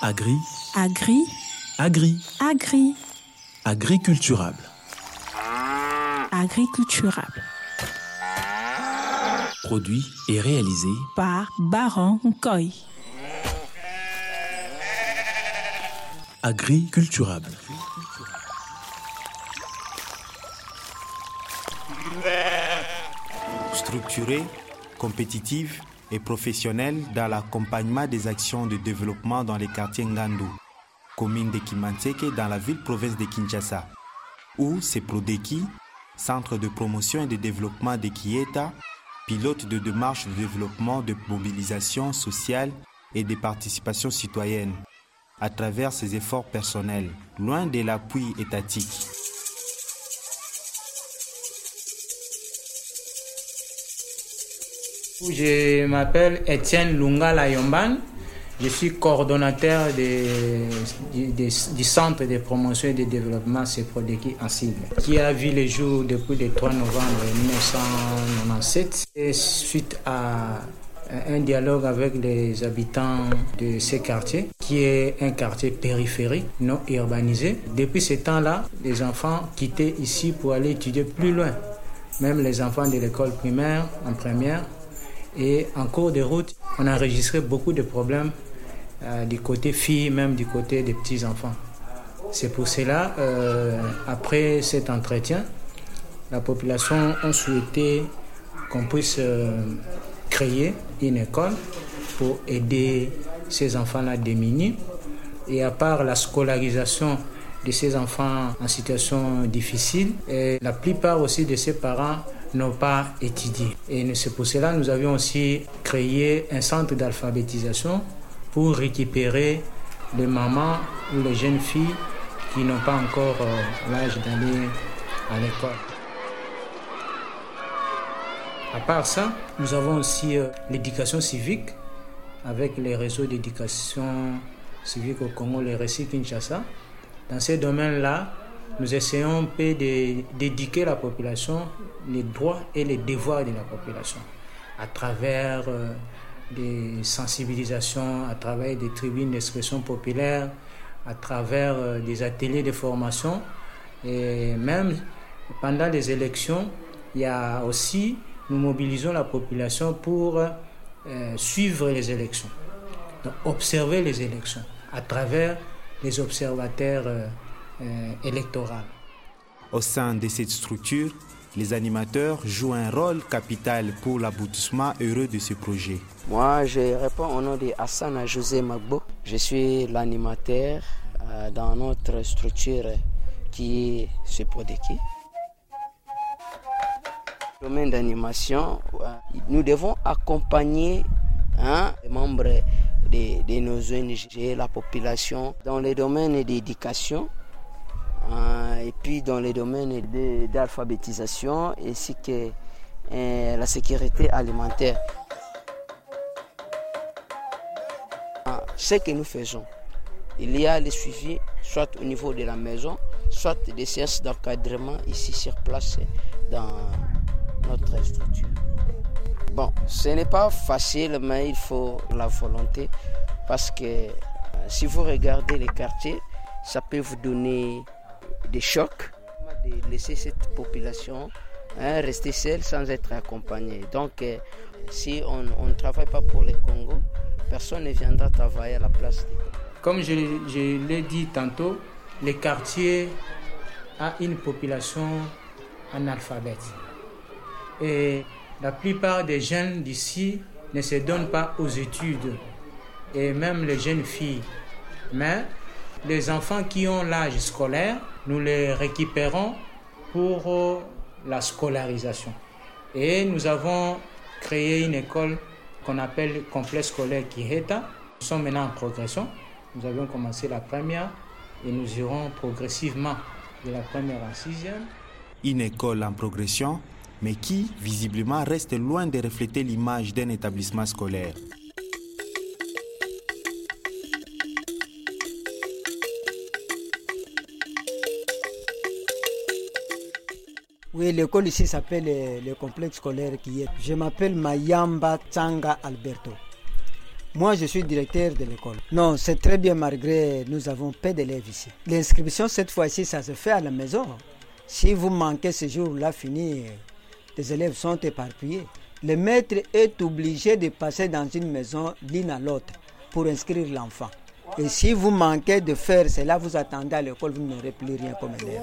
Agri. Agri. Agri. Agri. Agriculturable. Agriculturable. Produit et réalisé Par Baron Nkoy. Agriculturable. Structurée, compétitive et professionnelle dans l'accompagnement des actions de développement dans les quartiers Ngandu, commune de Kimanteke dans la ville-province de Kinshasa, où CEPRODEKI, Centre de promotion et de développement de Kieta, pilote de démarches de développement de mobilisation sociale et de participation citoyenne, à travers ses efforts personnels, loin de l'appui étatique. Je m'appelle Étienne Lungala Yomban. Je suis coordonnateur du Centre de promotion et de développement CEPRODEKI en cible, qui a vu le jour depuis le 3 novembre 1997, et suite à un dialogue avec les habitants de ce quartier, qui est un quartier périphérique, non urbanisé. Depuis ce temps-là, les enfants quittaient ici pour aller étudier plus loin. Même les enfants de l'école primaire, en première, et en cours de route, on a enregistré beaucoup de problèmes du côté filles, même du côté des petits-enfants. C'est pour cela, après cet entretien, la population a souhaité qu'on puisse créer une école pour aider ces enfants-là démunis. Et à part la scolarisation de ces enfants en situation difficile, et la plupart aussi de ces parents n'ont pas étudié. Et c'est pour cela que nous avions aussi créé un centre d'alphabétisation pour récupérer les mamans ou les jeunes filles qui n'ont pas encore l'âge d'aller à l'école. À part ça, nous avons aussi l'éducation civique avec les réseaux d'éducation civique au Congo, les récits Kinshasa. Dans ces domaines-là, nous essayons un peu d'éduquer la population, les droits et les devoirs de la population, à travers des sensibilisations, à travers des tribunes d'expression populaire, à travers des ateliers de formation. Et même pendant les élections, il y a aussi, nous mobilisons la population pour suivre les élections, donc observer les élections à travers les observateurs électoraux. Au sein de cette structure, les animateurs jouent un rôle capital pour l'aboutissement heureux de ce projet. Moi, je réponds au nom de Hassan José Magbo. Je suis l'animateur dans notre structure qui est CEPRODEKI. Domaine d'animation, nous devons accompagner les membres de nos ONG, la population, dans les domaines d'éducation et puis dans les domaines d'alphabétisation ainsi que la sécurité alimentaire. Ce que nous faisons, il y a le suivi soit au niveau de la maison, soit des séances d'encadrement ici sur place dans notre structure. Bon, ce n'est pas facile, mais il faut la volonté parce que si vous regardez les quartiers, ça peut vous donner des chocs de laisser cette population rester seule sans être accompagnée. Donc, si on ne travaille pas pour le Congo, personne ne viendra travailler à la place du Congo. Comme je l'ai dit tantôt, les quartiers ont une population analphabète. Et la plupart des jeunes d'ici ne se donnent pas aux études, et même les jeunes filles. Mais les enfants qui ont l'âge scolaire, nous les récupérons pour la scolarisation. Et nous avons créé une école qu'on appelle le complexe scolaire Kieta. Nous sommes maintenant en progression. Nous avions commencé la première et nous irons progressivement de la première en sixième. Une école en progression, mais qui, visiblement, reste loin de refléter l'image d'un établissement scolaire. Oui, l'école ici s'appelle le complexe scolaire qui est. Je m'appelle Mayamba Tsanga Alberto. Moi, je suis directeur de l'école. Non, c'est très bien malgré nous avons peu d'élèves ici. L'inscription, cette fois-ci, ça se fait à la maison. Si vous manquez ce jour-là fini, les élèves sont éparpillés. Le maître est obligé de passer dans une maison l'une à l'autre pour inscrire l'enfant. Et si vous manquez de faire cela, vous attendez à l'école, vous n'aurez plus rien comme élève.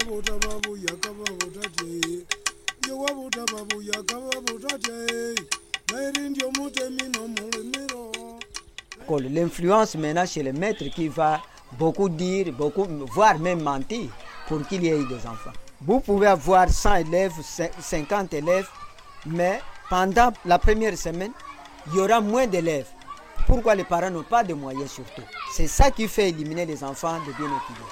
L'influence maintenant chez le maître qui va beaucoup dire, voire même mentir pour qu'il y ait des enfants. Vous pouvez avoir 100 élèves, 50 élèves, mais pendant la première semaine, il y aura moins d'élèves. Pourquoi les parents n'ont pas de moyens surtout? C'est ça qui fait éliminer les enfants de bien étudier.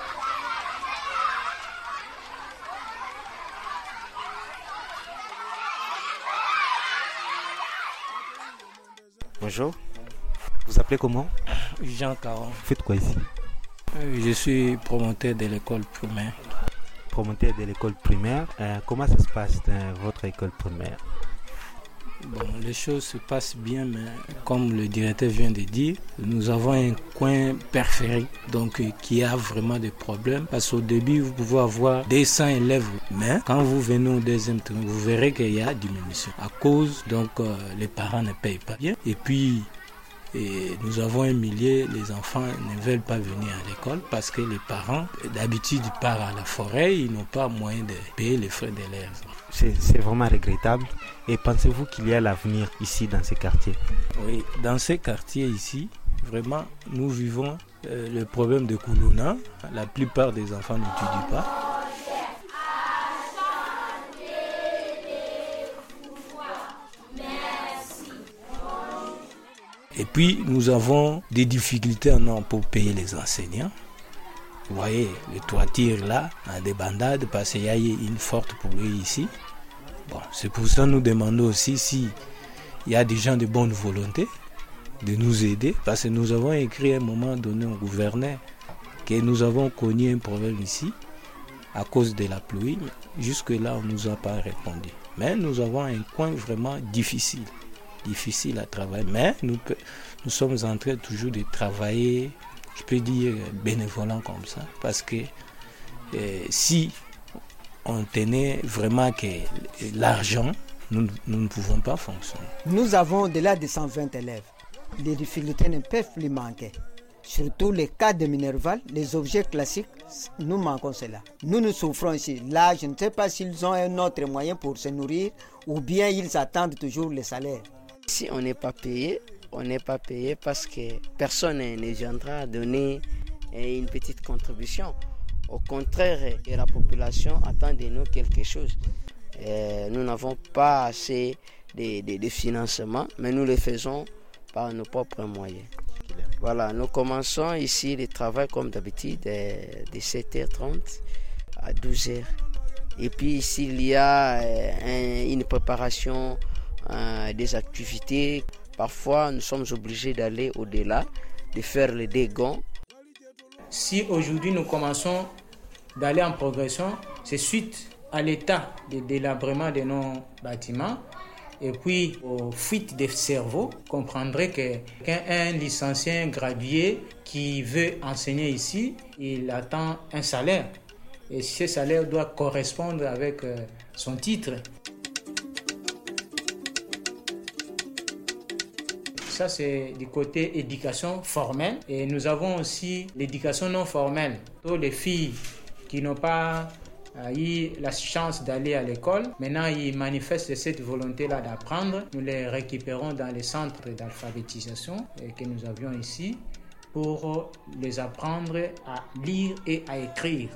Bonjour. Vous appelez comment? Jean Caron. Vous faites quoi ici? Je suis promoteur de l'école primaire. Promoteur de l'école primaire. Comment ça se passe dans votre école primaire? Bon, les choses se passent bien, mais comme le directeur vient de dire, nous avons un coin périphérique donc qui a vraiment des problèmes. Parce qu'au début, vous pouvez avoir 200 élèves, mais quand vous venez au deuxième tour, vous verrez qu'il y a diminution. À cause, donc, les parents ne payent pas bien. Et puis, nous avons un milieu, les enfants ne veulent pas venir à l'école parce que les parents, d'habitude, ils partent à la forêt, ils n'ont pas moyen de payer les frais d'élèves. C'est vraiment regrettable. Et pensez-vous qu'il y a l'avenir ici dans ces quartiers? Oui, dans ces quartiers ici, vraiment, nous vivons le problème de Koulouna. La plupart des enfants n'étudient pas. Et puis, nous avons des difficultés pour payer les enseignants. Vous voyez, le toiture là, en débandade, parce qu'il y a une forte pluie ici. Bon, c'est pour ça que nous demandons aussi s'il y a des gens de bonne volonté de nous aider, parce que nous avons écrit à un moment donné au gouverneur que nous avons connu un problème ici à cause de la pluie. Jusque-là, on ne nous a pas répondu. Mais nous avons un coin vraiment difficile à travailler. Mais nous sommes en train toujours de travailler, je peux dire, bénévolement comme ça, parce que si on tenait vraiment que l'argent, nous ne pouvons pas fonctionner. Nous avons au-delà de 120 élèves. Les difficultés ne peuvent plus manquer. Surtout les cas de Minerval, les objets classiques, nous manquons cela. Nous souffrons ici. Là, je ne sais pas s'ils ont un autre moyen pour se nourrir ou bien ils attendent toujours le salaire. Si on n'est pas payé, parce que personne ne viendra donner une petite contribution. Au contraire, la population attend de nous quelque chose. Nous n'avons pas assez de financement, mais nous le faisons par nos propres moyens. Voilà, nous commençons ici le travail comme d'habitude de 7h30 à 12h. Et puis s'il y a une préparation des activités, parfois nous sommes obligés d'aller au-delà, de faire les dégâts. Si aujourd'hui nous commençons d'aller en progression, c'est suite à l'état de délabrement de nos bâtiments et puis aux fuites des cerveaux. Vous comprendrez qu'un licencié, un gradué qui veut enseigner ici, il attend un salaire. Et ce salaire doit correspondre avec son titre. Ça, c'est du côté éducation formelle. Et nous avons aussi l'éducation non formelle. Toutes les filles qui n'ont pas eu la chance d'aller à l'école, maintenant ils manifestent cette volonté-là d'apprendre. Nous les récupérons dans les centres d'alphabétisation que nous avions ici pour les apprendre à lire et à écrire.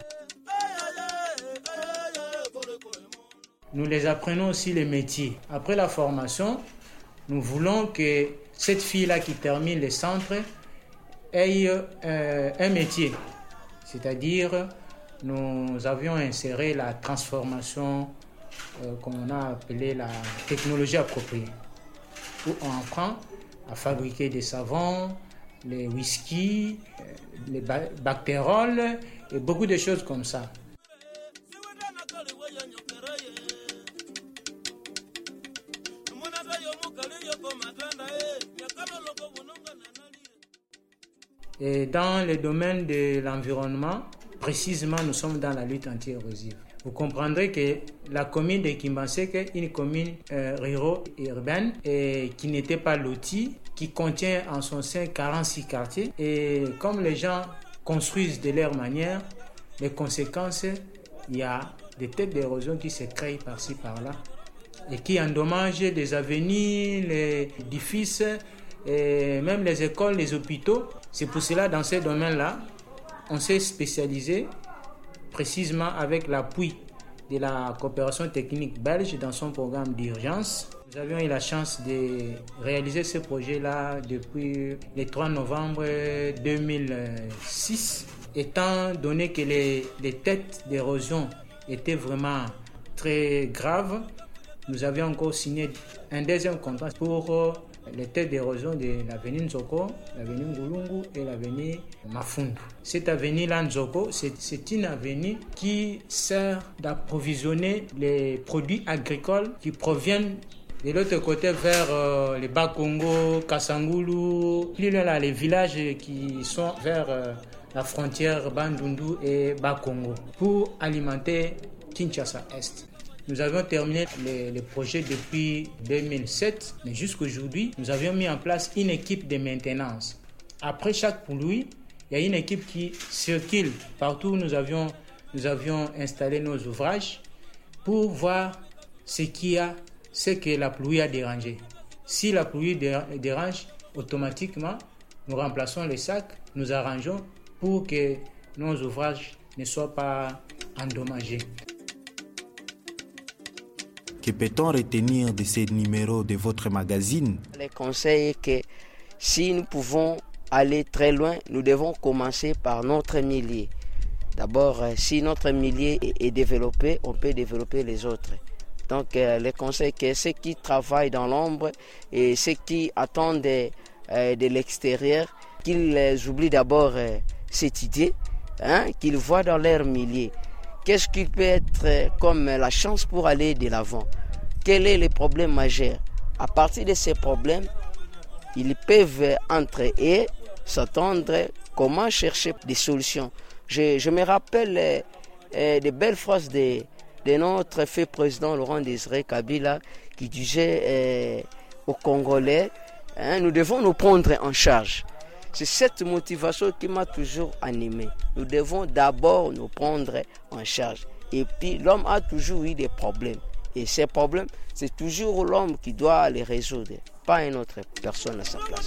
Nous les apprenons aussi les métiers. Après la formation, nous voulons que cette fille-là qui termine les centres ait un métier. C'est-à-dire, nous avions inséré la transformation qu'on a appelée la technologie appropriée, où on apprend à fabriquer des savons, les whisky, les bactéroles et beaucoup de choses comme ça. Et dans le domaine de l'environnement, précisément, nous sommes dans la lutte anti-érosive. Vous comprendrez que la commune de Kimbanseke est une commune rurale-urbaine et qui n'était pas lotie, qui contient en son sein 46 quartiers. Et comme les gens construisent de leur manière, les conséquences, il y a des têtes d'érosion qui se créent par-ci, par-là et qui endommagent les avenues, les édifices, et même les écoles, les hôpitaux. C'est pour cela, dans ces domaines-là, on s'est spécialisé précisément avec l'appui de la coopération technique belge dans son programme d'urgence. Nous avions eu la chance de réaliser ce projet-là depuis le 3 novembre 2006. Étant donné que les têtes d'érosion étaient vraiment très graves, nous avions encore signé un deuxième contrat pour les têtes d'érosion de l'avenue Nzoko, l'avenue Ngulungu et l'avenue Mafundu. Cette avenue-là, Nzoko, c'est une avenue qui sert d'approvisionner les produits agricoles qui proviennent de l'autre côté vers les Bas-Congo, Kasangulu, plus là, les villages qui sont vers la frontière Bandundu et Bas-Congo pour alimenter Kinshasa Est. Nous avions terminé le projet depuis 2007, mais jusqu'aujourd'hui, nous avions mis en place une équipe de maintenance. Après chaque pluie, il y a une équipe qui circule partout où nous avions installé nos ouvrages pour voir ce que la pluie a dérangé. Si la pluie dérange, automatiquement, nous remplaçons les sacs, nous arrangeons pour que nos ouvrages ne soient pas endommagés. Que peut-on retenir de ces numéros de votre magazine? Le conseil est que si nous pouvons aller très loin, nous devons commencer par notre milieu. D'abord, si notre milieu est développé, on peut développer les autres. Donc, le conseil est que ceux qui travaillent dans l'ombre et ceux qui attendent de l'extérieur, qu'ils oublient d'abord cette idée, qu'ils voient dans leur milieu. Qu'est-ce qui peut être comme la chance pour aller de l'avant? Quel est le problème majeur? À partir de ces problèmes, ils peuvent entre eux s'attendre comment chercher des solutions. Je me rappelle des belles phrases de notre fait président Laurent Désiré Kabila qui disait aux Congolais, nous devons nous prendre en charge. C'est cette motivation qui m'a toujours animé. Nous devons d'abord nous prendre en charge. Et puis l'homme a toujours eu des problèmes. Et ces problèmes, c'est toujours l'homme qui doit les résoudre, pas une autre personne à sa place.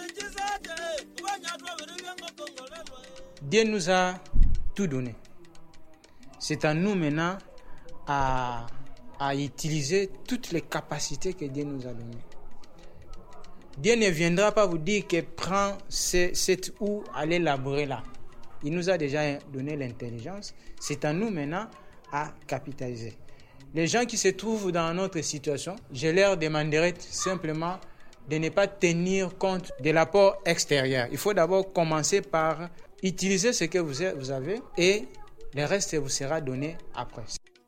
Dieu nous a tout donné. C'est à nous maintenant à utiliser toutes les capacités que Dieu nous a données. Dieu ne viendra pas vous dire que prends cette ou allez labourer là. Il nous a déjà donné l'intelligence. C'est à nous maintenant à capitaliser. Les gens qui se trouvent dans notre situation, je leur demanderai simplement de ne pas tenir compte de l'apport extérieur. Il faut d'abord commencer par utiliser ce que vous avez et le reste vous sera donné après.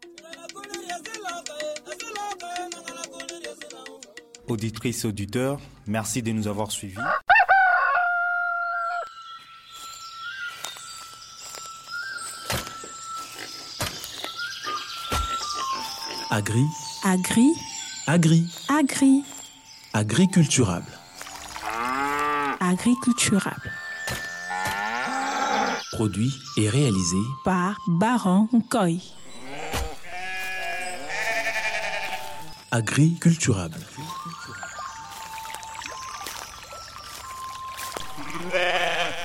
Auditrices, auditeurs, merci de nous avoir suivis. Agri. Agri. Agri. Agri. Agriculturable. Agriculturable. Produit et réalisé Par Baron Nkoy. Agriculturable.